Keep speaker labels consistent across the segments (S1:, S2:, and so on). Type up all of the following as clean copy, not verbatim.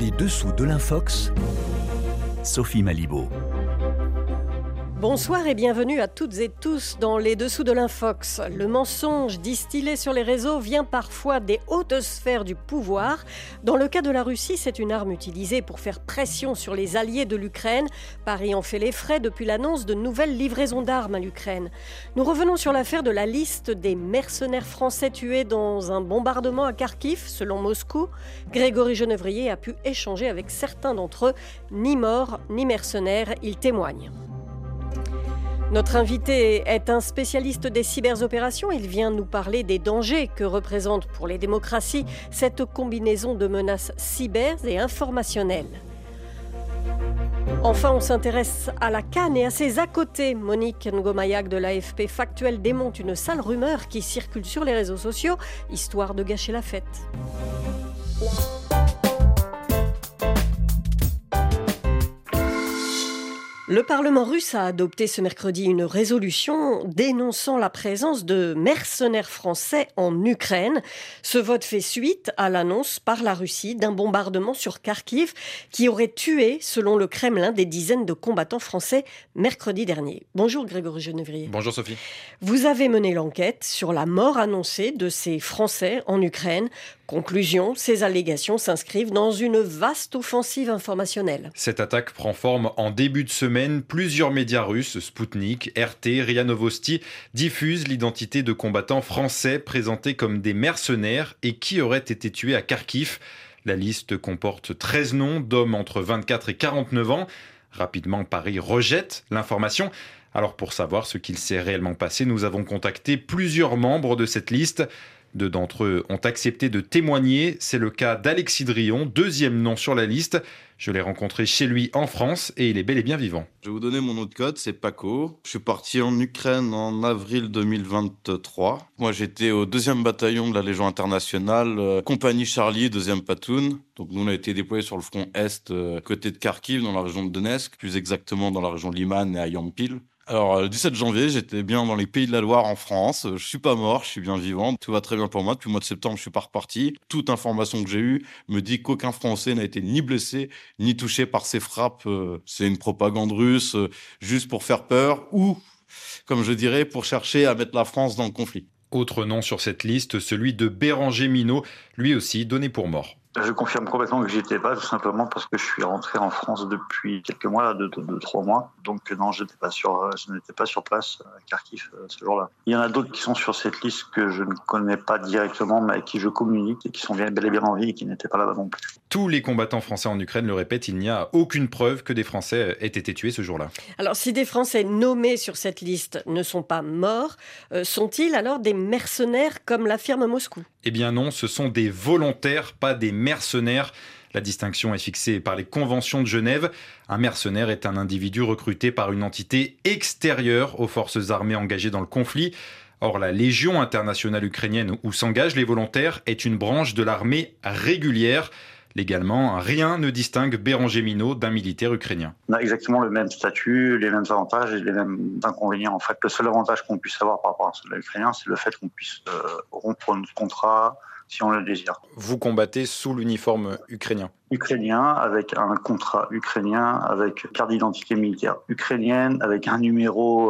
S1: Les dessous de l'Infox, Sophie Malibaud.
S2: Bonsoir et bienvenue à toutes et tous dans les dessous de l'Infox. Le mensonge distillé sur les réseaux vient parfois des hautes sphères du pouvoir. Dans le cas de la Russie, c'est une arme utilisée pour faire pression sur les alliés de l'Ukraine. Paris en fait les frais depuis l'annonce de nouvelles livraisons d'armes à l'Ukraine. Nous revenons sur l'affaire de la liste des mercenaires français tués dans un bombardement à Kharkiv, selon Moscou. Grégory Genevrier a pu échanger avec certains d'entre eux, ni morts ni mercenaires, ils témoignent. Notre invité est un spécialiste des cyberopérations. Il vient nous parler des dangers que représente pour les démocraties cette combinaison de menaces cyber et informationnelles. Enfin, on s'intéresse à la CAN et à ses à côté. Monique Ngomayac de l'AFP Factuel démonte une sale rumeur qui circule sur les réseaux sociaux, histoire de gâcher la fête. Le Parlement russe a adopté ce mercredi une résolution dénonçant la présence de mercenaires français en Ukraine. Ce vote fait suite à l'annonce par la Russie d'un bombardement sur Kharkiv qui aurait tué, selon le Kremlin, des dizaines de combattants français mercredi dernier. Bonjour Grégory Genevrier.
S3: Bonjour Sophie.
S2: Vous avez mené l'enquête sur la mort annoncée de ces Français en Ukraine. Conclusion, ces allégations s'inscrivent dans une vaste offensive informationnelle.
S3: Cette attaque prend forme en début de semaine. Plusieurs médias russes, Sputnik, RT, RIA Novosti, diffusent l'identité de combattants français présentés comme des mercenaires et qui auraient été tués à Kharkiv. La liste comporte 13 noms d'hommes entre 24 et 49 ans. Rapidement, Paris rejette l'information. Alors pour savoir ce qu'il s'est réellement passé, nous avons contacté plusieurs membres de cette liste. Deux d'entre eux ont accepté de témoigner. C'est le cas d'Alexis Drion, deuxième nom sur la liste. Je l'ai rencontré chez lui en France et il est bel et bien vivant.
S4: Je vais vous donner mon nom de code, c'est Paco. Je suis parti en Ukraine en avril 2023. Moi, j'étais au 2e bataillon de la Légion internationale, compagnie Charlie, 2e platoon. Donc nous, on a été déployés sur le front Est, côté de Kharkiv, dans la région de Donetsk, plus exactement dans la région de Liman et à Yampil. Alors, le 17 janvier, j'étais bien dans les Pays de la Loire en France. Je suis pas mort, je suis bien vivant. Tout va très bien pour moi. Depuis le mois de septembre, je suis pas reparti. Toute information que j'ai eue me dit qu'aucun Français n'a été ni blessé, ni touché par ces frappes. C'est une propagande russe, juste pour faire peur ou, comme je dirais, pour chercher à mettre la France dans le conflit.
S3: Autre nom sur cette liste, celui de Béranger Minaud, lui aussi donné pour mort.
S5: Je confirme complètement que j'y étais pas, tout simplement parce que je suis rentré en France depuis quelques mois, 3 mois. Donc non, je n'étais pas sur place à Kharkiv ce jour-là. Il y en a d'autres qui sont sur cette liste que je ne connais pas directement, mais avec qui je communique et qui sont bel et bien en vie et qui n'étaient pas là-bas non plus.
S3: Tous les combattants français en Ukraine le répètent, il n'y a aucune preuve que des Français aient été tués ce jour-là.
S2: Alors si des Français nommés sur cette liste ne sont pas morts, sont-ils alors des mercenaires comme l'affirme Moscou ?
S3: Eh bien non, ce sont des volontaires, pas des mercenaires. La distinction est fixée par les conventions de Genève. Un mercenaire est un individu recruté par une entité extérieure aux forces armées engagées dans le conflit. Or, la Légion internationale ukrainienne où s'engagent les volontaires est une branche de l'armée régulière. Légalement, rien ne distingue Béranger Minaud d'un militaire ukrainien.
S5: On a exactement le même statut, les mêmes avantages et les mêmes inconvénients. En fait, le seul avantage qu'on puisse avoir par rapport à un soldat ukrainien, c'est le fait qu'on puisse rompre notre contrat si on le désire.
S3: Vous combattez sous l'uniforme ukrainien ?
S5: Ukrainien, avec un contrat ukrainien, avec carte d'identité militaire ukrainienne, avec un numéro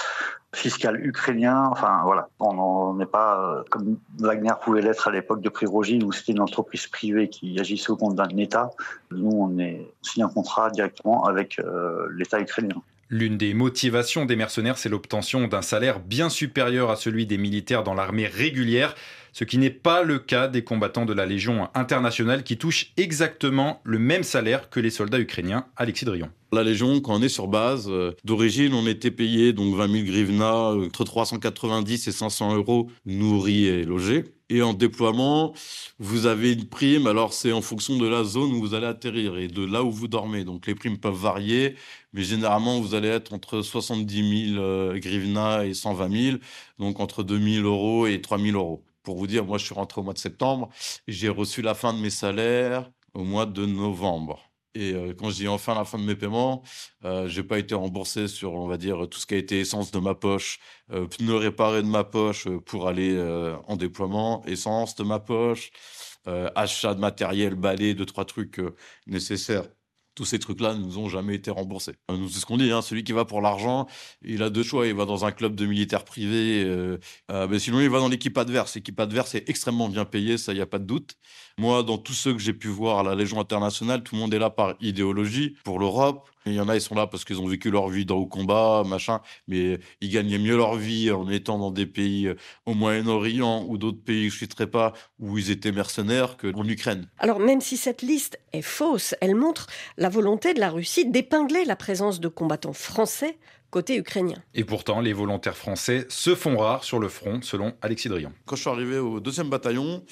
S5: fiscal ukrainien, enfin voilà, on n'est pas comme Wagner pouvait l'être à l'époque de Prigojine où c'était une entreprise privée qui agissait au compte d'un État. Nous, on signe un contrat directement avec l'État ukrainien.
S3: L'une des motivations des mercenaires, c'est l'obtention d'un salaire bien supérieur à celui des militaires dans l'armée régulière, ce qui n'est pas le cas des combattants de la Légion internationale qui touchent exactement le même salaire que les soldats ukrainiens. Alexis Drion.
S4: La Légion, quand on est sur base, d'origine, on était payé donc 20 000 grivnas, entre 390 et 500 euros, nourris et logés. Et en déploiement, vous avez une prime, alors c'est en fonction de la zone où vous allez atterrir et de là où vous dormez. Donc les primes peuvent varier, mais généralement vous allez être entre 70 000 grivnas et 120 000, donc entre 2 000 euros et 3 000 euros. Pour vous dire, moi je suis rentré au mois de septembre, et j'ai reçu la fin de mes salaires au mois de novembre. Et quand je dis enfin la fin de mes paiements, j'ai pas été remboursé sur, on va dire, tout ce qui a été essence de ma poche, pneus réparés de ma poche pour aller en déploiement, essence de ma poche, achat de matériel, balai, 2-3 trucs nécessaires. Tous ces trucs-là ne nous ont jamais été remboursés. Nous, c'est ce qu'on dit, hein, celui qui va pour l'argent, il a deux choix. Il va dans un club de militaires privés, mais sinon il va dans l'équipe adverse. L'équipe adverse est extrêmement bien payée, ça, il n'y a pas de doute. Moi, dans tous ceux que j'ai pu voir à la Légion internationale, tout le monde est là par idéologie pour l'Europe. Il y en a, ils sont là parce qu'ils ont vécu leur vie dans le combat, machin, mais ils gagnaient mieux leur vie en étant dans des pays au Moyen-Orient ou d'autres pays que je ne citerai pas, où ils étaient mercenaires, qu'en Ukraine.
S2: Alors même si cette liste est fausse, elle montre la volonté de la Russie d'épingler la présence de combattants français côté ukrainien.
S3: Et pourtant, les volontaires français se font rares sur le front, selon Alexis Drian.
S4: Quand je suis arrivé au 2e bataillon,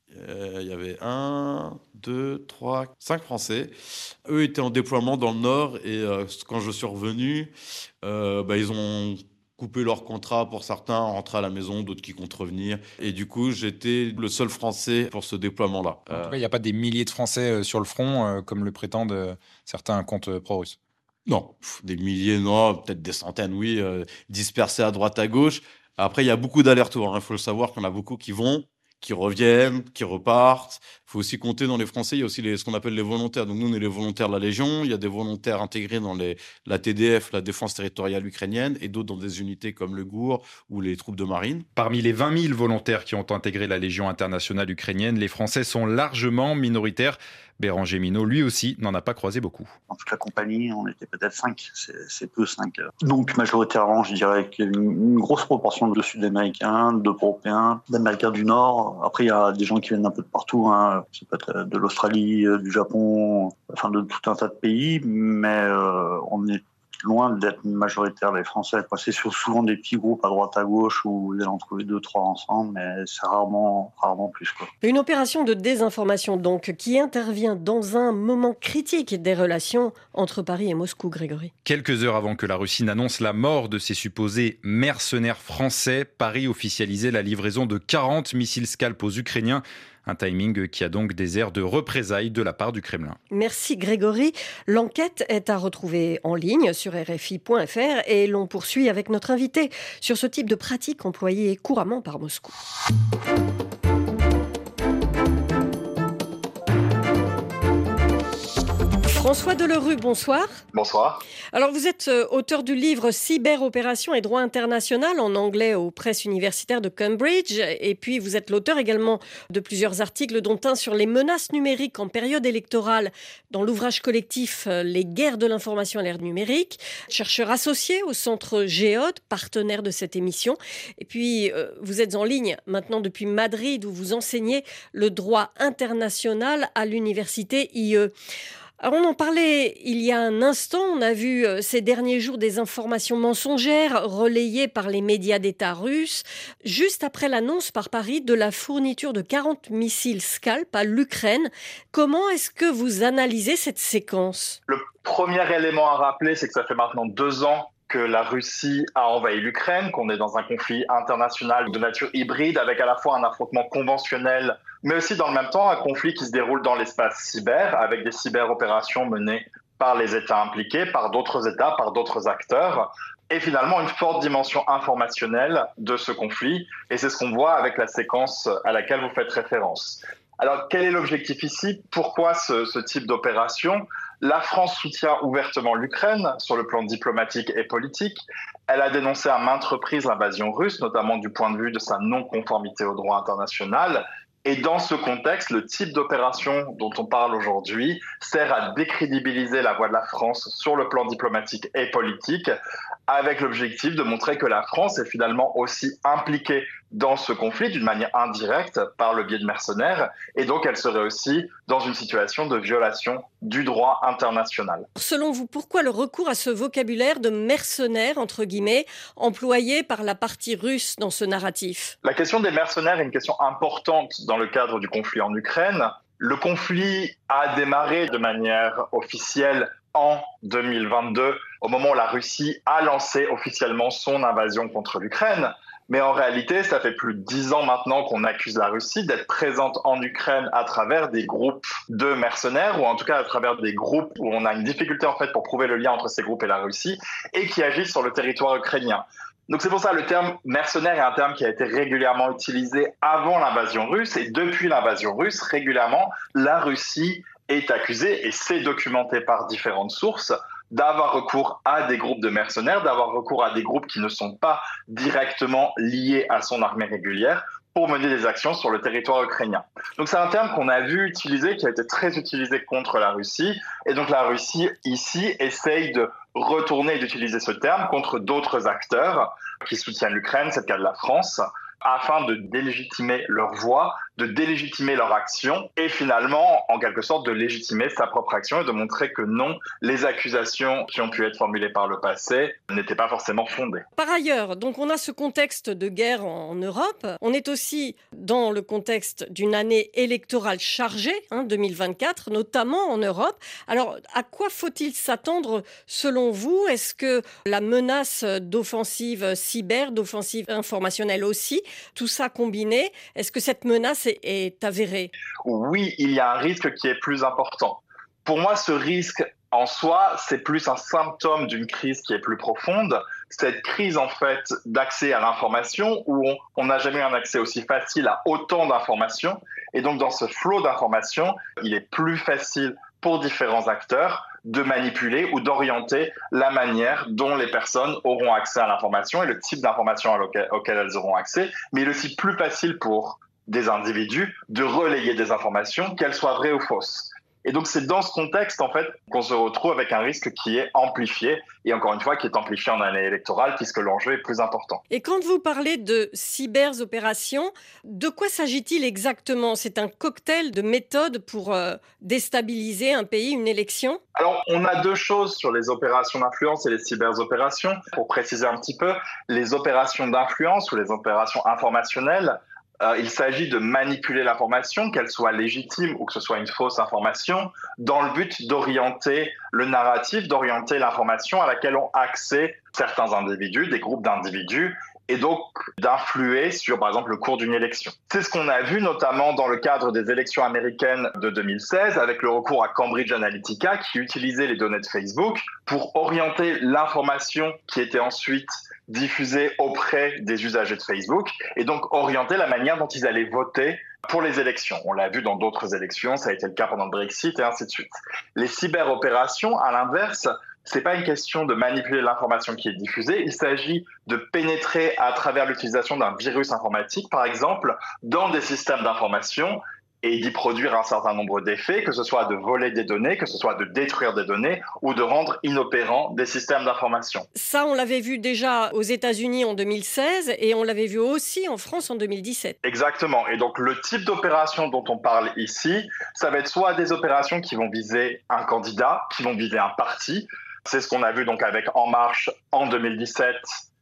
S4: il y avait 1, 2, 3, 5 Français. Eux étaient en déploiement dans le Nord et quand je suis revenu, ils ont coupé leur contrat pour certains, rentrés à la maison, d'autres qui comptent revenir. Et du coup, j'étais le seul Français pour ce déploiement-là.
S6: En tout cas, il n'y a pas des milliers de Français sur le front, comme le prétendent certains comptes pro-russes.
S4: Non, des milliers, non, peut-être des centaines, oui, dispersés à droite, à gauche. Après, il y a beaucoup d'allers-retours. Il faut le savoir qu'il y en a beaucoup qui vont, qui reviennent, qui repartent. Il faut aussi compter dans les Français, il y a aussi ce qu'on appelle les volontaires. Donc nous, on est les volontaires de la Légion. Il y a des volontaires intégrés dans la TDF, la Défense territoriale ukrainienne, et d'autres dans des unités comme le GOUR ou les troupes de marine.
S3: Parmi les 20 000 volontaires qui ont intégré la Légion internationale ukrainienne, les Français sont largement minoritaires. Béranger Minaud, lui aussi, n'en a pas croisé beaucoup.
S5: Dans toute la compagnie, on était peut-être 5, c'est peu 5. Donc majoritairement, je dirais qu'il y a une grosse proportion de Sud-Américains, d'Européens, d'Américains du Nord. Après, il y a des gens qui viennent un peu de partout, hein. Ça peut être de l'Australie, du Japon, enfin de tout un tas de pays, mais on est loin d'être majoritaire les Français. C'est souvent des petits groupes à droite à gauche où vous allez en trouver 2-3 ensemble, mais c'est rarement plus, quoi.
S2: Une opération de désinformation donc qui intervient dans un moment critique des relations entre Paris et Moscou, Grégory.
S3: Quelques heures avant que la Russie n'annonce la mort de ses supposés mercenaires français, Paris officialisait la livraison de 40 missiles Scalp aux Ukrainiens. Un timing qui a donc des airs de représailles de la part du Kremlin.
S2: Merci Grégory. L'enquête est à retrouver en ligne sur rfi.fr et l'on poursuit avec notre invité sur ce type de pratique employée couramment par Moscou. François Delerue, bonsoir.
S7: Bonsoir.
S2: Alors vous êtes auteur du livre Cyberopération et droit international en anglais aux presses universitaires de Cambridge et puis vous êtes l'auteur également de plusieurs articles dont un sur les menaces numériques en période électorale dans l'ouvrage collectif Les guerres de l'information à l'ère numérique, chercheur associé au centre Géode, partenaire de cette émission et puis vous êtes en ligne maintenant depuis Madrid où vous enseignez le droit international à l'université IE. Alors on en parlait il y a un instant, on a vu ces derniers jours des informations mensongères relayées par les médias d'État russes, juste après l'annonce par Paris de la fourniture de 40 missiles Scalp à l'Ukraine. Comment est-ce que vous analysez cette séquence ?
S7: Le premier élément à rappeler, c'est que ça fait maintenant 2 ans que la Russie a envahi l'Ukraine, qu'on est dans un conflit international de nature hybride avec à la fois un affrontement conventionnel, mais aussi dans le même temps un conflit qui se déroule dans l'espace cyber, avec des cyberopérations menées par les États impliqués, par d'autres États, par d'autres acteurs, et finalement une forte dimension informationnelle de ce conflit, et c'est ce qu'on voit avec la séquence à laquelle vous faites référence. Alors quel est l'objectif ici ? Pourquoi ce type d'opération ? La France soutient ouvertement l'Ukraine sur le plan diplomatique et politique. Elle a dénoncé à maintes reprises l'invasion russe, notamment du point de vue de sa non-conformité au droit international. Et dans ce contexte, le type d'opération dont on parle aujourd'hui sert à décrédibiliser la voix de la France sur le plan diplomatique et politique, avec l'objectif de montrer que la France est finalement aussi impliquée dans ce conflit d'une manière indirecte par le biais de mercenaires, et donc elle serait aussi dans une situation de violation du droit international.
S2: Selon vous, pourquoi le recours à ce vocabulaire de mercenaires, entre guillemets, employé par la partie russe dans ce narratif ?
S7: La question des mercenaires est une question importante dans le cadre du conflit en Ukraine. Le conflit a démarré de manière officielle en 2022, au moment où la Russie a lancé officiellement son invasion contre l'Ukraine. Mais en réalité, ça fait plus de 10 ans maintenant qu'on accuse la Russie d'être présente en Ukraine à travers des groupes de mercenaires, ou en tout cas à travers des groupes où on a une difficulté en fait pour prouver le lien entre ces groupes et la Russie, et qui agissent sur le territoire ukrainien. Donc c'est pour ça que le terme mercenaire est un terme qui a été régulièrement utilisé avant l'invasion russe, et depuis l'invasion russe, régulièrement, la Russie est accusée, et c'est documenté par différentes sources, d'avoir recours à des groupes de mercenaires, d'avoir recours à des groupes qui ne sont pas directement liés à son armée régulière pour mener des actions sur le territoire ukrainien. Donc c'est un terme qu'on a vu utiliser, qui a été très utilisé contre la Russie, et donc la Russie ici essaye de retourner et d'utiliser ce terme contre d'autres acteurs qui soutiennent l'Ukraine, c'est le cas de la France, afin de délégitimer leur voix, de délégitimer leur action et finalement, en quelque sorte, de légitimer sa propre action et de montrer que non, les accusations qui ont pu être formulées par le passé n'étaient pas forcément fondées.
S2: Par ailleurs, donc on a ce contexte de guerre en Europe. On est aussi dans le contexte d'une année électorale chargée, 2024, notamment en Europe. Alors, à quoi faut-il s'attendre selon vous ? Est-ce que la menace d'offensive cyber, d'offensive informationnelle aussi, tout ça combiné, est-ce que cette menace est avérée ?
S7: Oui, il y a un risque qui est plus important. Pour moi, ce risque en soi, c'est plus un symptôme d'une crise qui est plus profonde. Cette crise, en fait, d'accès à l'information où on n'a jamais eu un accès aussi facile à autant d'informations. Et donc, dans ce flot d'informations, il est plus facile pour différents acteurs de manipuler ou d'orienter la manière dont les personnes auront accès à l'information et le type d'information auquel elles auront accès. Mais il est aussi plus facile pour des individus de relayer des informations, qu'elles soient vraies ou fausses. Et donc, c'est dans ce contexte, en fait, qu'on se retrouve avec un risque qui est amplifié, et encore une fois, qui est amplifié en année électorale, puisque l'enjeu est plus important.
S2: Et quand vous parlez de cyberopérations, de quoi s'agit-il exactement ? C'est un cocktail de méthodes pour déstabiliser un pays, une élection ?
S7: Alors, on a deux choses sur les opérations d'influence et les cyberopérations. Pour préciser un petit peu, les opérations d'influence ou les opérations informationnelles, il s'agit de manipuler l'information, qu'elle soit légitime ou que ce soit une fausse information, dans le but d'orienter le narratif, d'orienter l'information à laquelle ont accès certains individus, des groupes d'individus, et donc d'influer sur, par exemple, le cours d'une élection. C'est ce qu'on a vu notamment dans le cadre des élections américaines de 2016, avec le recours à Cambridge Analytica, qui utilisait les données de Facebook pour orienter l'information qui était ensuite diffusée auprès des usagers de Facebook, et donc orienter la manière dont ils allaient voter pour les élections. On l'a vu dans d'autres élections, ça a été le cas pendant le Brexit, et ainsi de suite. Les cyberopérations, à l'inverse, c'est pas une question de manipuler l'information qui est diffusée, il s'agit de pénétrer à travers l'utilisation d'un virus informatique, par exemple, dans des systèmes d'information et d'y produire un certain nombre d'effets, que ce soit de voler des données, que ce soit de détruire des données ou de rendre inopérants des systèmes d'information.
S2: Ça, on l'avait vu déjà aux États-Unis en 2016 et on l'avait vu aussi en France en 2017.
S7: Exactement. Et donc, le type d'opération dont on parle ici, ça va être soit des opérations qui vont viser un candidat, qui vont viser un parti. C'est ce qu'on a vu donc avec En Marche en 2017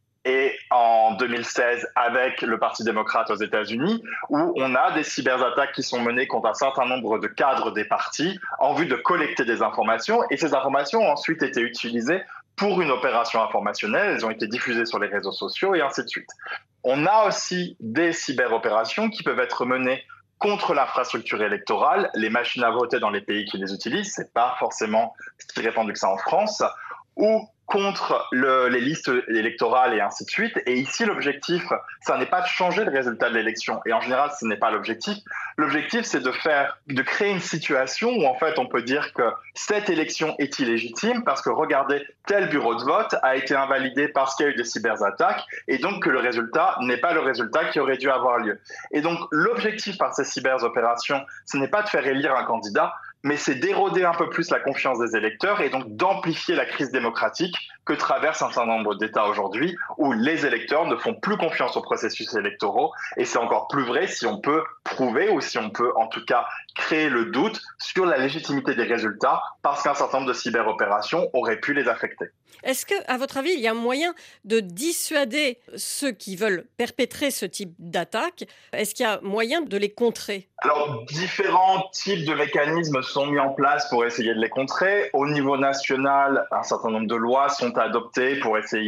S7: et en 2016 avec le Parti démocrate aux États-Unis, où on a des cyberattaques qui sont menées contre un certain nombre de cadres des partis en vue de collecter des informations. Et ces informations ont ensuite été utilisées pour une opération informationnelle. Elles ont été diffusées sur les réseaux sociaux et ainsi de suite. On a aussi des cyberopérations qui peuvent être menées contre l'infrastructure électorale, les machines à voter dans les pays qui les utilisent, c'est pas forcément si répandu que ça en France, ou contre les listes électorales et ainsi de suite. Et ici, l'objectif, ça n'est pas de changer le résultat de l'élection. Et en général, ce n'est pas l'objectif. L'objectif, c'est de créer une situation où, en fait, on peut dire que cette élection est illégitime parce que, regardez, tel bureau de vote a été invalidé parce qu'il y a eu des cyberattaques et donc que le résultat n'est pas le résultat qui aurait dû avoir lieu. Et donc, l'objectif par ces cyberopérations, ce n'est pas de faire élire un candidat, mais c'est d'éroder un peu plus la confiance des électeurs et donc d'amplifier la crise démocratique que traverse un certain nombre d'États aujourd'hui où les électeurs ne font plus confiance aux processus électoraux. Et c'est encore plus vrai si on peut prouver ou si on peut en tout cas créer le doute sur la légitimité des résultats parce qu'un certain nombre de cyberopérations auraient pu les affecter.
S2: Est-ce qu'à votre avis, il y a un moyen de dissuader ceux qui veulent perpétrer ce type d'attaque ? Est-ce qu'il y a moyen de les contrer ?
S7: Alors, différents types de mécanismes sont mis en place pour essayer de les contrer. Au niveau national, un certain nombre de lois sont adoptées pour essayer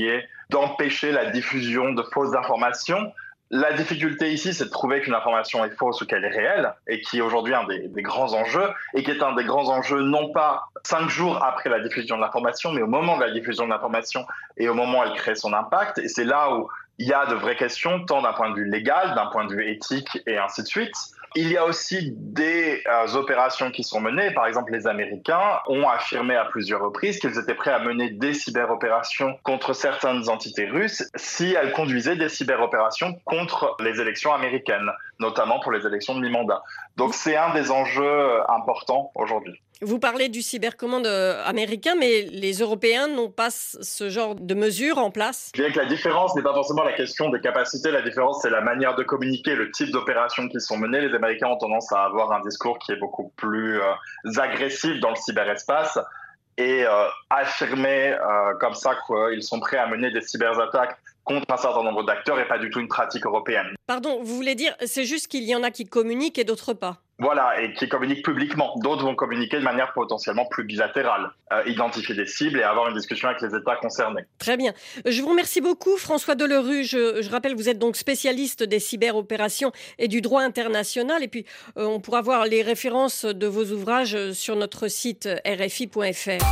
S7: d'empêcher la diffusion de fausses informations. La difficulté ici, c'est de prouver qu'une information est fausse ou qu'elle est réelle, et qui est aujourd'hui un des grands enjeux, et qui est un des grands enjeux non pas 5 jours après la diffusion de l'information, mais au moment de la diffusion de l'information et au moment où elle crée son impact. Et c'est là où il y a de vraies questions, tant d'un point de vue légal, d'un point de vue éthique, et ainsi de suite. Il y a aussi des opérations qui sont menées. Par exemple, les Américains ont affirmé à plusieurs reprises qu'ils étaient prêts à mener des cyberopérations contre certaines entités russes si elles conduisaient des cyberopérations contre les élections américaines, notamment pour les élections de mi-mandat. Donc c'est un des enjeux importants aujourd'hui.
S2: Vous parlez du cybercommande américain, mais les Européens n'ont pas ce genre de mesures en place.
S7: Bien que la différence n'est pas forcément la question des capacités, la différence c'est la manière de communiquer, le type d'opérations qui sont menées. Les Américains ont tendance à avoir un discours qui est beaucoup plus agressif dans le cyberespace et affirmer comme ça qu'ils sont prêts à mener des cyberattaques contre un certain nombre d'acteurs et pas du tout une pratique européenne.
S2: Pardon, vous voulez dire, c'est juste qu'il y en a qui communiquent et d'autres pas?
S7: Voilà, et qui communiquent publiquement. D'autres vont communiquer de manière potentiellement plus bilatérale, identifier des cibles et avoir une discussion avec les États concernés.
S2: Très bien. Je vous remercie beaucoup, François Delerue. Je rappelle, vous êtes donc spécialiste des cyberopérations et du droit international. Et puis, on pourra voir les références de vos ouvrages sur notre site rfi.fr.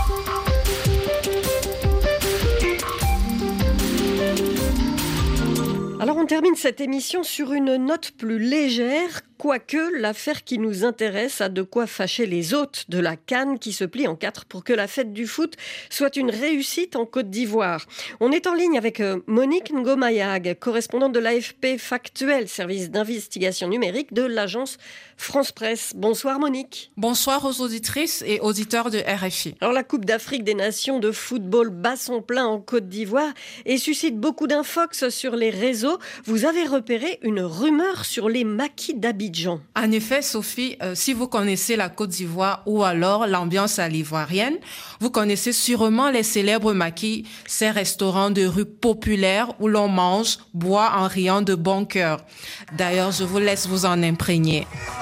S2: Alors on termine cette émission sur une note plus légère, quoique l'affaire qui nous intéresse a de quoi fâcher les hôtes de la CAN qui se plient en 4 pour que la fête du foot soit une réussite en Côte d'Ivoire. On est en ligne avec Monique Ngomayag, correspondante de l'AFP Factuel, service d'investigation numérique de l'agence France Presse. Bonsoir Monique.
S8: Bonsoir aux auditrices et auditeurs de RFI.
S2: Alors la Coupe d'Afrique des Nations de football bat son plein en Côte d'Ivoire et suscite beaucoup d'infox sur les réseaux. Vous avez repéré une rumeur sur les maquis d'Abidjan.
S8: En effet, Sophie, si vous connaissez la Côte d'Ivoire ou alors l'ambiance à l'ivoirienne, vous connaissez sûrement les célèbres maquis, ces restaurants de rue populaires où l'on mange, boit en riant de bon cœur. D'ailleurs, je vous laisse vous en imprégner.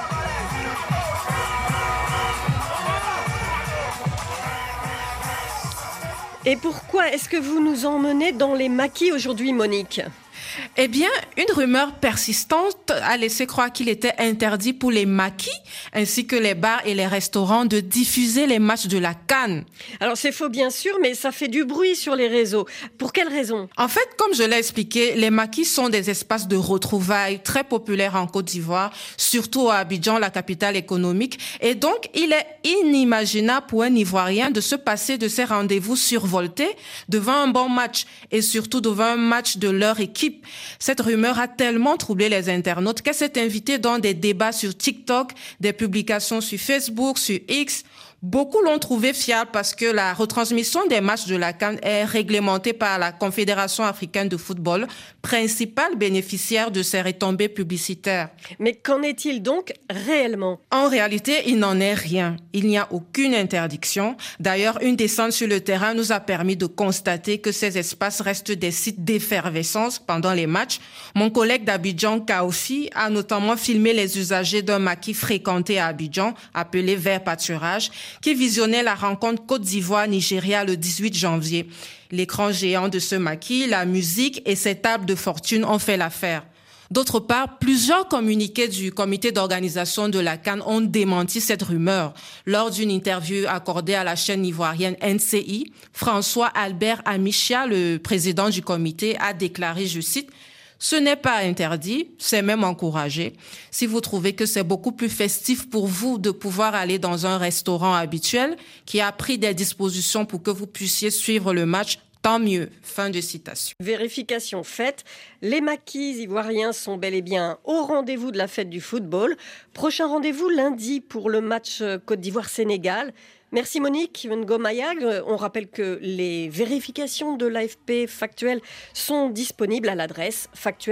S2: Et pourquoi est-ce que vous nous emmenez dans les maquis aujourd'hui, Monique ?
S8: Eh bien, une rumeur persistante a laissé croire qu'il était interdit pour les maquis, ainsi que les bars et les restaurants, de diffuser les matchs de la CAN.
S2: Alors c'est faux bien sûr, mais ça fait du bruit sur les réseaux. Pour quelle raison ?
S8: En fait, comme je l'ai expliqué, les maquis sont des espaces de retrouvailles très populaires en Côte d'Ivoire, surtout à Abidjan, la capitale économique. Et donc, il est inimaginable pour un Ivoirien de se passer de ces rendez-vous survoltés devant un bon match et surtout devant un match de leur équipe. Cette rumeur a tellement troublé les internautes qu'elle s'est invitée dans des débats sur TikTok, des publications sur Facebook, sur X. Beaucoup l'ont trouvé fiable parce que la retransmission des matchs de la CAN est réglementée par la Confédération africaine de football, principale bénéficiaire de ces retombées publicitaires.
S2: Mais qu'en est-il donc réellement ?
S8: En réalité, il n'en est rien. Il n'y a aucune interdiction. D'ailleurs, une descente sur le terrain nous a permis de constater que ces espaces restent des sites d'effervescence pendant les matchs. Mon collègue d'Abidjan, Kaofi, a notamment filmé les usagers d'un maquis fréquenté à Abidjan, appelé Vert Pâturage, qui visionnait la rencontre Côte d'Ivoire-Nigeria le 18 janvier. L'écran géant de ce maquis, la musique et ses tables de fortune ont fait l'affaire. D'autre part, plusieurs communiqués du comité d'organisation de la CAN ont démenti cette rumeur. Lors d'une interview accordée à la chaîne ivoirienne NCI, François Albert Amichia, le président du comité, a déclaré, je cite, « Ce n'est pas interdit, c'est même encouragé. Si vous trouvez que c'est beaucoup plus festif pour vous de pouvoir aller dans un restaurant habituel qui a pris des dispositions pour que vous puissiez suivre le match, tant mieux. » Fin de citation.
S2: Vérification faite, les maquis ivoiriens sont bel et bien au rendez-vous de la fête du football. Prochain rendez-vous lundi pour le match Côte d'Ivoire-Sénégal. Merci Monique Ngomayag. On rappelle que les vérifications de l'AFP Factuel sont disponibles à l'adresse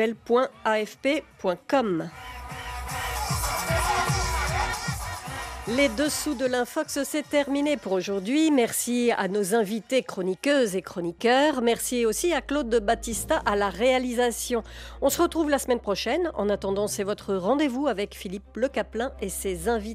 S2: factuel.afp.com. Les dessous de l'Infox, c'est terminé pour aujourd'hui. Merci à nos invités chroniqueuses et chroniqueurs. Merci aussi à Claude Battista à la réalisation. On se retrouve la semaine prochaine. En attendant, c'est votre rendez-vous avec Philippe Le Caplin et ses invités.